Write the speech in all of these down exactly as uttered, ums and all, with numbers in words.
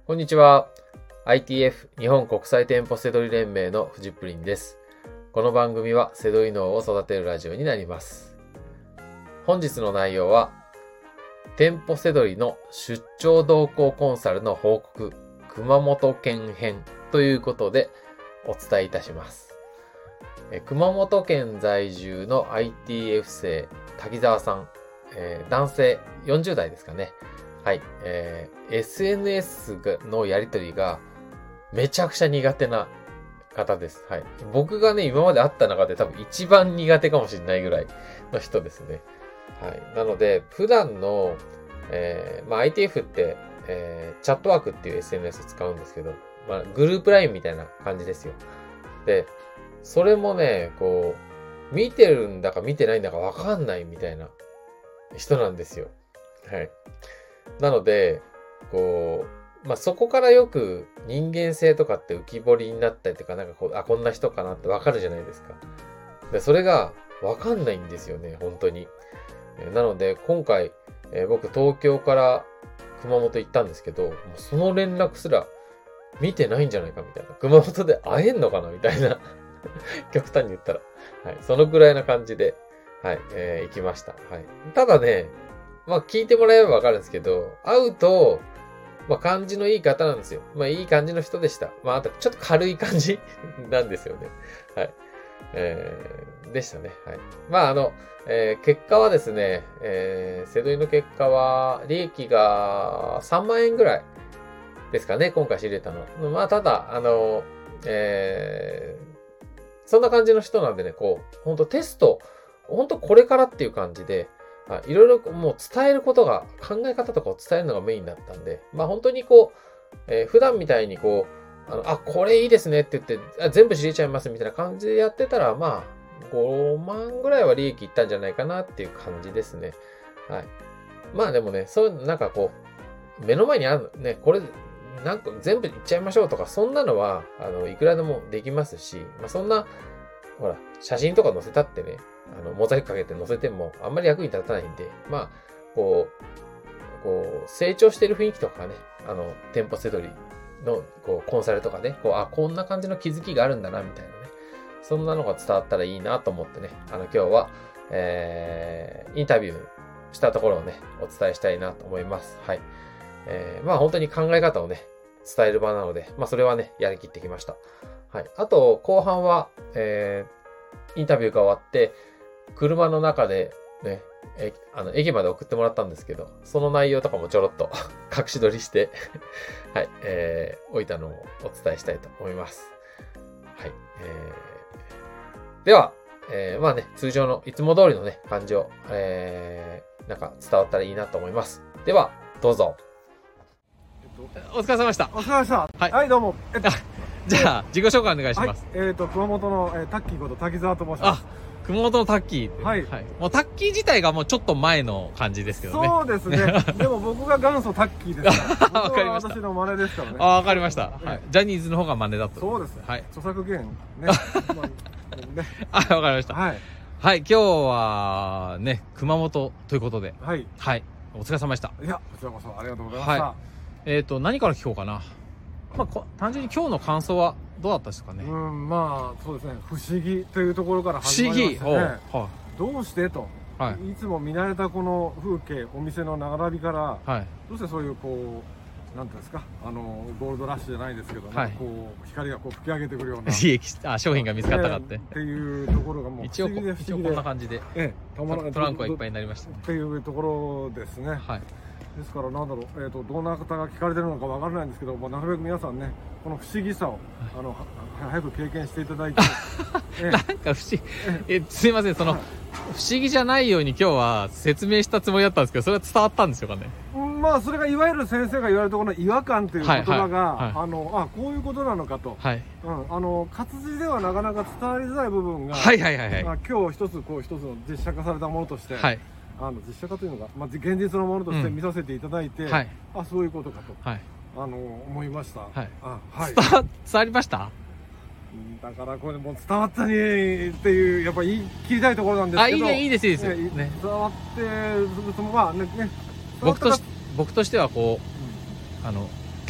こんにちは。アイティーエフ 日本国際店舗セドリ連盟のフジプリンです。この番組はセドリ脳を育てるラジオになります。本日の内容は、店舗セドリの出張同行コンサルの報告、熊本県編ということでお伝えいたします。え熊本県在住の アイティーエフ 生、滝沢さん、えー、男性よんじゅう代ですかね。はい、えー、エスエヌエス のやり取りがめちゃくちゃ苦手な方です。はい。僕がね、今まで会った中で多分一番苦手かもしれないぐらいの人ですね。はい。なので、普段の、えー、まあ アイティーエフ って、えー、チャットワークっていう エスエヌエス を使うんですけど、まあグループ ライン みたいな感じですよ。で、それもね、こう、見てるんだか見てないんだかわかんないみたいな人なんですよ。はい。なので、こう、まあ、そこからよく人間性とかって浮き彫りになったりとか、なんかこう、あ、こんな人かなってわかるじゃないですか。で、それがわかんないんですよね、本当に。なので、今回、えー、僕東京から熊本行ったんですけど、もうその連絡すら見てないんじゃないかみたいな。熊本で会えんのかなみたいな。極端に言ったら。はい。そのぐらいな感じで、はい、えー、行きました。はい。ただね、まあ聞いてもらえればわかるんですけど、会うと、まあ感じのいい方なんですよ。まあいい感じの人でした。まああとちょっと軽い感じなんですよね。はい。えー、でしたね。はい。まああの、えー、結果はですね、えー、セドリの結果は、利益がさんまんえんぐらいですかね、今回仕入れたの。まあただ、あの、えー、そんな感じの人なんでね、こう、ほんとテスト、ほんとこれからっていう感じで、いろいろもう伝えることが、考え方とかを伝えるのがメインだったんで、まあ本当にこう、えー、普段みたいにこう、あの、あ、これいいですねって言って、あ全部知れちゃいますみたいな感じでやってたら、まあ、ごまんぐらいは利益いったんじゃないかなっていう感じですね。はい。まあでもね、そういう、なんかこう、目の前にある、ね、これ、なんか全部いっちゃいましょうとか、そんなのは、あの、いくらでもできますし、まあそんな、ほら、写真とか載せたってね、あの、モザイクかけて載せてもあんまり役に立たないんで、まあ、こう、こう、成長してる雰囲気とかね、あの、店舗セドリの、こう、コンサルとかね、こう、あ、こんな感じの気づきがあるんだな、みたいなね。そんなのが伝わったらいいなと思ってね、あの、今日は、えー、インタビューしたところをね、お伝えしたいなと思います。はい。えー、まあ本当に考え方をね、伝える場なので、まあそれはね、やりきってきました。はい。あと、後半は、えー、インタビューが終わって、車の中でね、え、あの、駅まで送ってもらったんですけど、その内容とかもちょろっと隠し撮りしてはい、えー、置いたのをお伝えしたいと思います。はい、えー、では、えー、まあね、通常のいつも通りのね、感じを、えー、なんか伝わったらいいなと思います。では、どうぞ。お疲れ様でした。 お疲れ様でした。 はい、 はい、どうも。 えっと、じゃあ、自己紹介お願いします。 はい、えっと、熊本の、えー、タッキーこと滝沢と申します。 あ、熊本のタッキー。 はい。 はい。もうタッキー自体がもうちょっと前の感じですけどね。 そうですね。でも僕が元祖タッキーですから。 わかりました。 私の真似ですからね。 あ、わかりました。はい。ジャニーズの方が真似だと。 そうですね。 はい。 著作権ね。ねあ、わかりました。 はい。 はい、今日はね、熊本ということで。 はい。 はい。お疲れ様でした。 いや、こちらこそありがとうございました。はい。 えっと、何から聞こうかな。まあ、単純に今日の感想はどうだったですかね。 うん、まあ、そうですね。不思議というところから始まりましてね。 不思議。はい。 どうしてと。はい。いつも見慣れたこの風景、お店の並びから、はい。どうしてそういうこう、なんていうんですか、あのゴールドラッシュじゃないですけど、はい、こう光がこう吹き上げてくるような利益あ商品が見つかったかって、 えー、っていうところがもう一応一応こんな感じで、えー、トランクはいっぱいになりました、ね、 っていうところですね。はい。ですからなんだろう、えーと、どんな方が聞かれてるのかわからないんですけど、まあ、なるべく皆さんね、この不思議さを、はい、あの早く経験していただいてえー、なんか不思議えすいません、その、はい、不思議じゃないように今日は説明したつもりだったんですけど、それは伝わったんでしょうかね。 まあそれがいわゆる先生が言われるところの違和感という言葉が、はいはいはい、あのあこういうことなのかと、はい、うん、あの活字ではなかなか伝わりづらい部分が、はいはいはいはい、まあ、今日一つこう一つの実写化されたものとして、はい、あの実写化というのが、まあ、現実のものとして見させていただいて、うん、はい、あそういうことかと、はい、あの思いました。はい、あ、はい、伝わ、伝わりました。だからこれもう伝わったにっていうやっぱ言い切りたいところなんですけど、あいいねいいですいいです、ねね、伝わってそのまあねね僕とし僕としてはこう、うん、あの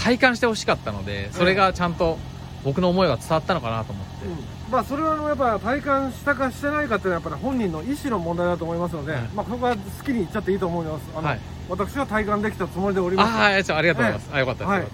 体感してほしかったので、それがちゃんと僕の思いが伝わったのかなと思って、 うん、まあそれはあのやっぱ体感したかしてないかっていうのはやっぱり本人の意思の問題だと思いますので、はい、まあそこは好きに言っちゃっていいと思います。あの、はい、私は体感できたつもりでおります。 ああ、ありがとうございます。はい、あ、よかったです。はい、はい、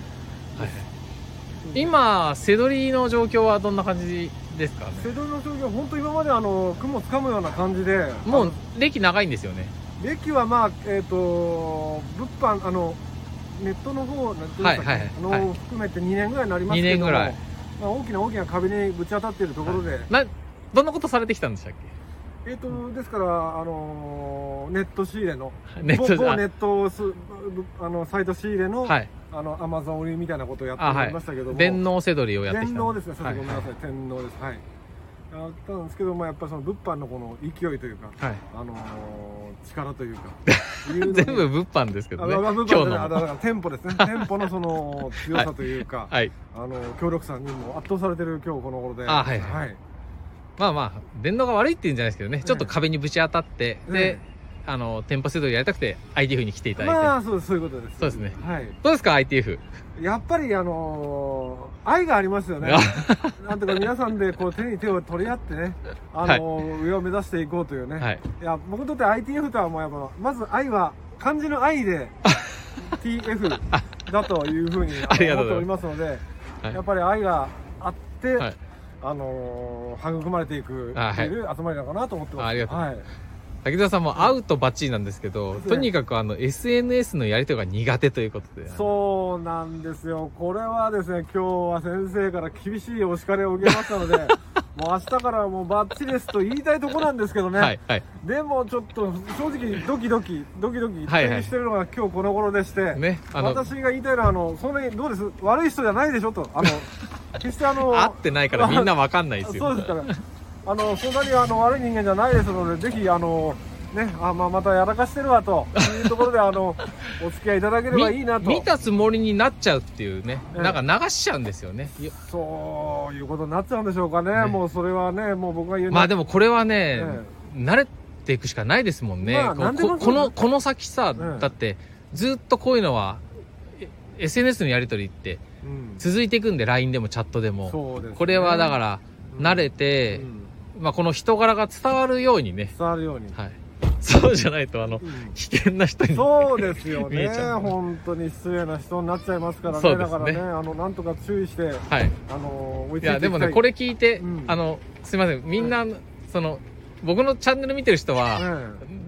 今瀬取りの状況はどんな感じですかね。 瀬取りの状況は本当今まであの雲つかむような感じで、 もう歴長いんですよね。 歴はまあえっ、ー、と物販あのネットの方なんていうんですかね、あの含めてにねんぐらいになりますけども、にねんぐらい、まあ、大きな大きな壁にぶち当たっているところで、はい、 などんなことされてきたんでしたっけ。えっ、ー、とですからあのネット仕入れのネット某ネットスあのサイト仕入れの、はい、あのアマゾン売りみたいなことをやっておりましたけども、はい、 電脳瀬取りをやってきた。 電脳ですね。ちょっとごめんなさい、はい、天皇です。はい。やったんですけども、やっぱりその物販のこの勢いというか、はい、あのー、力というか全部物販ですけどね。 今日のだから店舗ですね。店舗のその強さというか、はい、あの協力さんにも圧倒されてる今日この頃で、 あ、はい、はい、まあまあ電脳が悪いっていうんじゃないですけどね、ね、ちょっと壁にぶち当たって、ね、で、あの店舗制度やりたくて アイティーエフ に来ていただいて、 まあそうです、そういうことです。 そうですね。 はい。 どうですか アイティーエフ。 やっぱりあのー、愛がありますよね。なんとか皆さんでこう手に手を取り合ってね、あのーはい、上を目指していこうというね。はい、いや僕にとって アイティーエフ とはもうやっぱまず愛は漢字の愛で ティーエフ だというふうに思っておりますので、はい、やっぱり愛があって、はい、あのー、育まれていくという集まりなのかなと思ってます。 ありがとうございます。はい、滝沢さんも会うとバッチリなんですけど、とにかくあの エスエヌエス のやり取りが苦手ということで。 そうなんですよ。これはですね、今日は先生から厳しいお叱りを受けましたのでもう明日からはもうバッチリですと言いたいところなんですけどね、はい、はい、でもちょっと正直ドキドキドキドキしてるのが今日この頃でして、はいはい、ね、あの私が言いたいのはあのそんなにどうです、悪い人じゃないでしょと、あの決してあの会ってないからみんなわかんないですよそうですからあのそんなにあの悪い人間じゃないですので、ぜひあのね、あ、まあ、またやらかしてるわというところであのお付き合いいただければいいなと。 見たつもりになっちゃうっていうね、ええ、なんか流しちゃうんですよね。 そういうことになっちゃうんでしょうかね。ね、もうそれはね、もう僕が言うまあでもこれはね、ええ、慣れていくしかないですもんね。まあ、こ, こ, このこの先さ、ええ、だってずっとこういうのは エスエヌエス のやり取りって続いていくんで、うん、ライン でもチャットでも、そうですね、これはだから慣れて、うんうん、まあこの人柄が伝わるようにね、 伝わるように、はい、 そうじゃないとあの、うん、危険な人にそうですよね本当に失礼な人になっちゃいますから ね, ねだからね、あのなんとか注意して、はい、あの追いついていきたい。いやでもね、これ聞いて、うん、あのすいません、みんな、うん、その僕のチャンネル見てる人は、うん、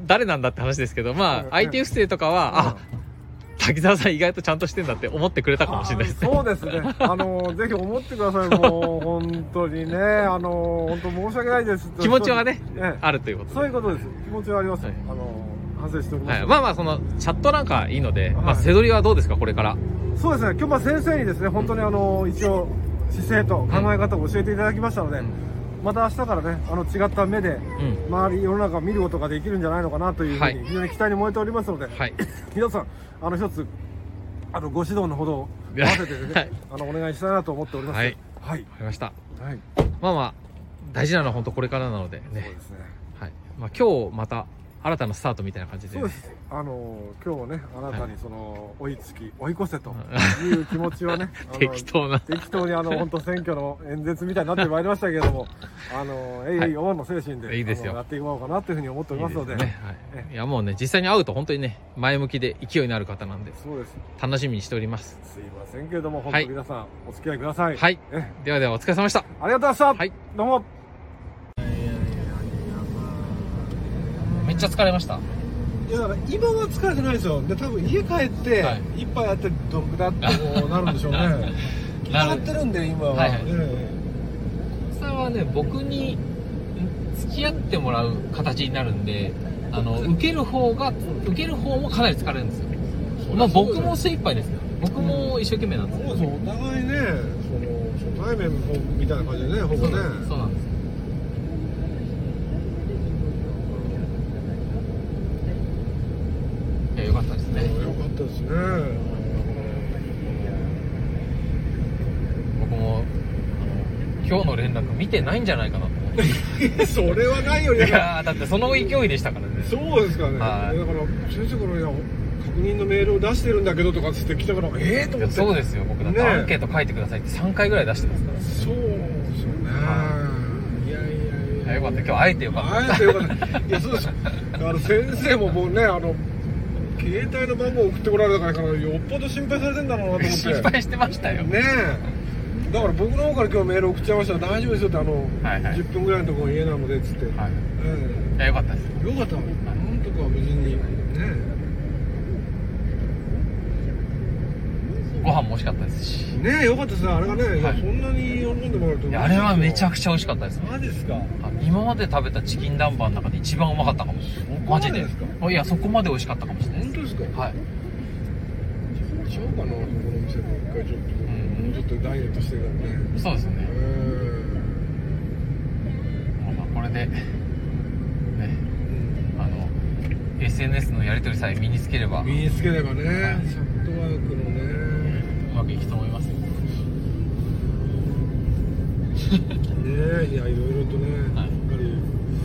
誰なんだって話ですけど、まあ、うん、アイティーエフ 生とかは、うん、あ、滝沢さん意外とちゃんとしてんだって思ってくれたかもしれないですね。 そうですね。あのぜひ思ってください。もう本当にね、あの本当申し訳ないです。 気持ちはね、ね、あるということで。 そういうことです。気持ちはあります。はい、あの反省しております、 はい。まあまあそのチャットなんかいいので、はい、まあ瀬取りはどうですかこれから。 そうですね。今日まあ先生にですね、本当にあの一応姿勢と考え方を教えていただきましたので。うん、また明日からね、あの違った目で周り、世の中を見ることができるんじゃないのかなというふうに非常に期待に燃えておりますので、はい、皆さんあの一つあのご指導のほどを合わせて、ね、はい、あのお願いしたいなと思っております。はい、 はい、わかりました。はい、まあまあ大事なのは本当これからなのでね。そうですね。はい、まあ今日また新たなスタートみたいな感じで、ね、 そうです。あの今日もね、あなたにその、はい、追いつき追い越せという気持ちはね適当な適当にあの本当選挙の演説みたいになってまいりましたけれどもあのえいえいおの精神でいいですよ、やっていこうかなというふうに思っておりますので、いいですね、 はい、いやもうね実際に会うと本当にね前向きで勢いのある方なんで、 そうです、 楽しみにしております。 すいませんけれども本当に皆さん、はい、お付き合いください。 はい、えではではお疲れ様でした。 ありがとうございました。はい、どうも。 めっちゃ疲れました。 いやだから今は疲れてないですよ。で多分家帰って一杯やってどくだってこうなるんでしょうね。決まってるんで今は。はいはい、えー、さんはね僕に付き合ってもらう形になるんで、あの受ける方が受ける方もかなり疲れるんですよ。まあ僕も精一杯ですよ。僕も一生懸命なんですよ。 そうそう、お互いね、その初対面みたいな感じでね、ほぼね。 そうなんです。良かったですね。 良かったですね。 僕もあの今日の連絡見てないんじゃないかなと思ってそれはないより、 いやだってその勢いでしたからね。 そうですかね。だから先生からいや確認のメールを出してるんだけどとかつって来たからええー、と思って。 そうですよ、僕だってアンケート書いてくださいってさんかいぐらい出してますから。 そうですよね、はい、いやいやいや、 よかった、今日会えてよかった、 会えてよかったいやそうですだから先生ももうね、あの携帯の番号送ってこられたからよっぽど心配されてんだろうなと思って心配してましたよねえ。だから僕の方から今日メール送っちゃいましたら大丈夫ですよって、あの、はいはい、じゅっぷんぐらいのところの家なのでっつって、はい、 えー、いやよかったです。 よかった、なんとか無事にね。 ご飯も美味しかったですしねえ、よかったですね、あれがね、はい、いやそんなに喜んでもらえると。 あれはめちゃくちゃ美味しかったです。 マジですか。 今まで食べたチキン南蛮の中で一番うまかったかも。マジで。いや、そこまで美味しかったかもしれないです。 本当ですか。 はい。 行っちゃおうかな、この店も一回ちょっと、うん、ちょっとダイエットしてるからね。 そうですよね。まあこれでね、うん、あの エスエヌエス のやり取りさえ身につければ身につければね、はい、チャットワークのね、 うまくいくと思いますよ。ねえ、いや、いろいろとね、はい、やっぱり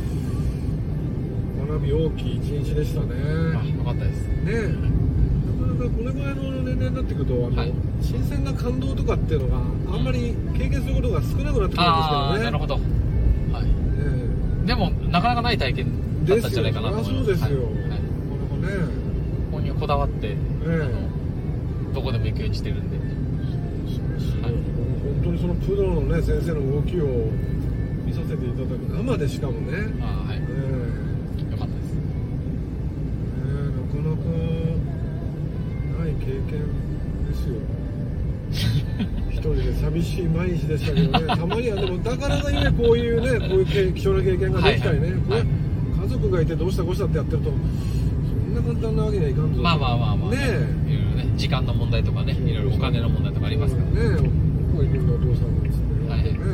学び大きい一日でしたね。 あ、よかったですね。 え、なかなかこれぐらいの年齢になってくると、あの、はい、新鮮な感動とかっていうのがあんまり経験することが少なくなってくるんですけどね。 ああ、なるほど。はい。えー、でもなかなかない体験だったんじゃないかなと思います。 そうですよ。はいはい、 なかなかね、ここにこだわって、えー、あのどこでも行くようにしてるんで。 はい、本当にそのプロのね先生の動きを見させていただく生でしかもね。 ああ、はい。えー、よかったです。 えー、なかなかない経験ですよ。一人で寂しい毎日でしたけどね。たまにはでもだからがゆえこういうねこういう貴重な経験ができたりね。はいはいはい、家族がいてどうしたこうしたってやってるとそんな簡単なわけにはいかんぞ。 まあまあまあまあ。ねえ。いろいろね時間の問題とかね、いろいろお金の問題とかありますからね。 ねえ。ここ行くんだどうしたんだっつってね。はい。ね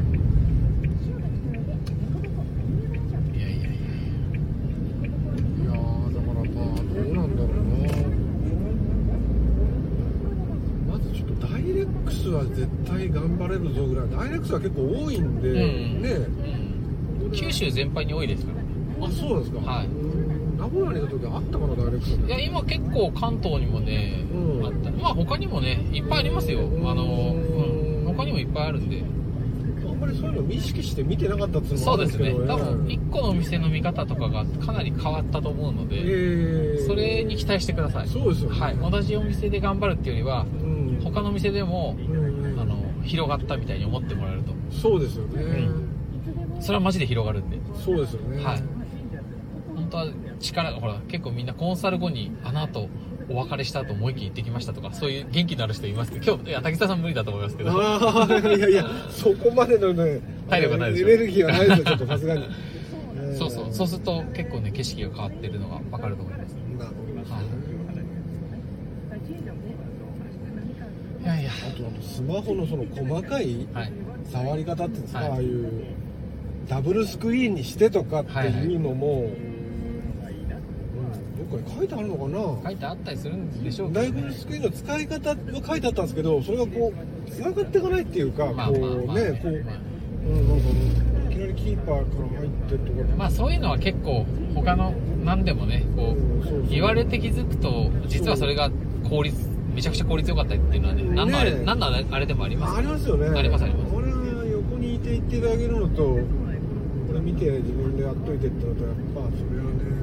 いやいやいや。 いやーだからまあどうなんだろうな。まずちょっとダイレックスは絶対頑張れるぞぐらい。ダイレックスは結構多いんで、うん、ね、 うん。九州全般に多いですからね。 あ、そうなんですか。 はい。 名古屋にいた時あったかなダイレックス。 いや今結構関東にもね、うん、あった。まあ他にもねいっぱいありますよ。あの、うん、他にもいっぱいあるんで。 あんまりそういうのを意識して見てなかったっていうのもあるんですけどね。 そうですね。多分いっこのお店の見方とかがかなり変わったと思うので、えー、それに期待してください。 そうですよね。 はい。同じお店で頑張るっていうよりは、うん、他のお店でも、うん、あの広がったみたいに思ってもらえると。 そうですよね。 うん、それはマジで広がるんで。 そうですよね。 はい。本当は力がほら結構みんなコンサル後にあの後お別れした後もう一軒行ってきましたとかそういう元気のある人いますけど今日いや滝沢さん無理だと思いますけどああいやいやそこまでのね体力ないでしょエネルギーはないですよちょっとさすがにそうそうそうすると結構ね景色が変わってるのが分かると思います。 なるほど、はい、 いやいやあとあとスマホのその細かい触り方っていうんですか、はい、ああいうダブルスクリーンにしてとかっていうのも、はいはい、どっかに書いてあるのかな。 書いてあったりするんでしょうけど、ね、 ダブルスクリーンの使い方は書いてあったんですけどそれがこう繋がっていかないっていうか、まあ、こう、まあまあ、ねこう、まあうん、なんかいきなりキーパーから入ってとかまあそういうのは結構他の何でもねこう、うん、そうそう言われて気づくと実はそれが効率めちゃくちゃ効率良かったっていうのはね何のあれ、ね、何のあれでもあります、 ありますよね。 ありますあります。 これは横にいて言っていただけるのとこれ見て自分でやっといてってのとやっぱそれはね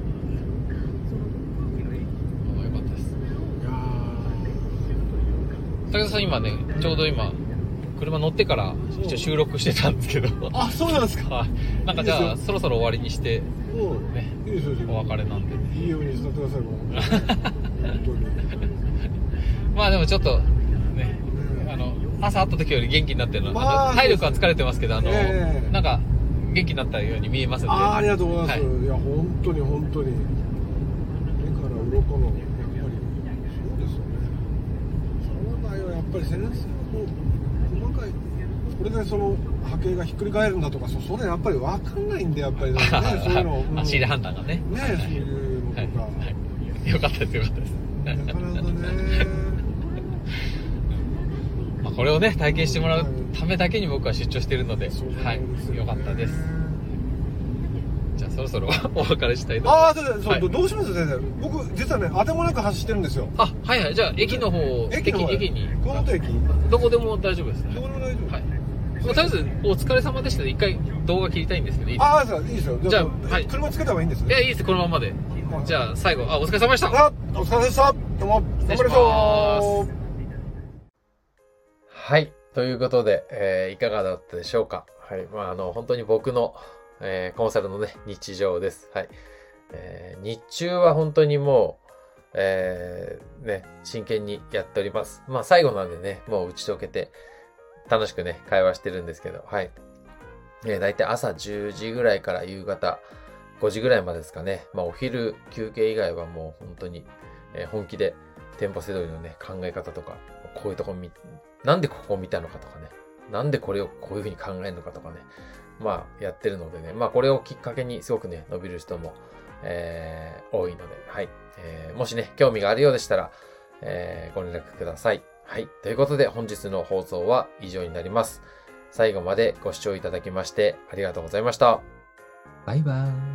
武田さん今ねちょうど今車乗ってから一応収録してたんですけどあそうなんですか。 なんかじゃあいいそろそろ終わりにしてねいいですよお別れなんで、ね、 いいようにしてくださいもう本当にまあでもちょっとねあの朝会った時より元気になってるの、まあ、体力は疲れてますけどあの、えー、なんか元気になったように見えますんであ, ありがとうございます、はい、いや本当に本当に目から鱗のやっぱり先生の細かいこれでその波形がひっくり返るんだとか そ, それやっぱり分かんないんでやっぱりねそういうの、 うん、足入れ判断がねね、はい、そういうのとか、はいはい、 よかったですよかったですなかなかねまあこれをね体験してもらうためだけに僕は出張してるので、はい、よかったです。じゃあそろそろお別れしたいと。 ああ、そうです。そう、はい、どうします先生。僕、実はね、あてもなく走ってるんですよ。 あ、はいはい。じゃあ、駅の方、 駅の方駅に。 熊本駅どこでも大丈夫ですね。 どこでも大丈夫。 はい。まあ、とりあえず、お疲れ様でしたで、一回動画切りたいんですけど、いいですか？ああ、そう、いいですよ。 じゃあ、はい。 車つけた方がいいんですね。 いや、いいです、このままで。じゃあ、最後、あ、お疲れ様でした。 あ、お疲れ様でした。どうも、頑張りましょう。 はい。ということで、えー、いかがだったでしょうか。はい。まあ、あの、本当に僕の、えー、コンサルのね、日常です。はい。えー、日中は本当にもう、えー、ね、真剣にやっております。まあ、最後なんでね、もう打ち解けて、楽しくね、会話してるんですけど、はい。えー、だいたい朝じゅうじぐらいから夕方ごじぐらいまでですかね。まあ、お昼休憩以外はもう本当に、えー、本気で店舗セドリのね、考え方とか、こういうとこ見、なんでここを見たのかとかね、なんでこれをこういうふうに考えるのかとかね、まあ、やってるのでね、まあ、これをきっかけにすごくね、伸びる人も、えー、多いので、はい。えー、もしね、興味があるようでしたら、えー、ご連絡ください。はい。ということで、本日の放送は以上になります。最後までご視聴いただきましてありがとうございました。 バイバーイ。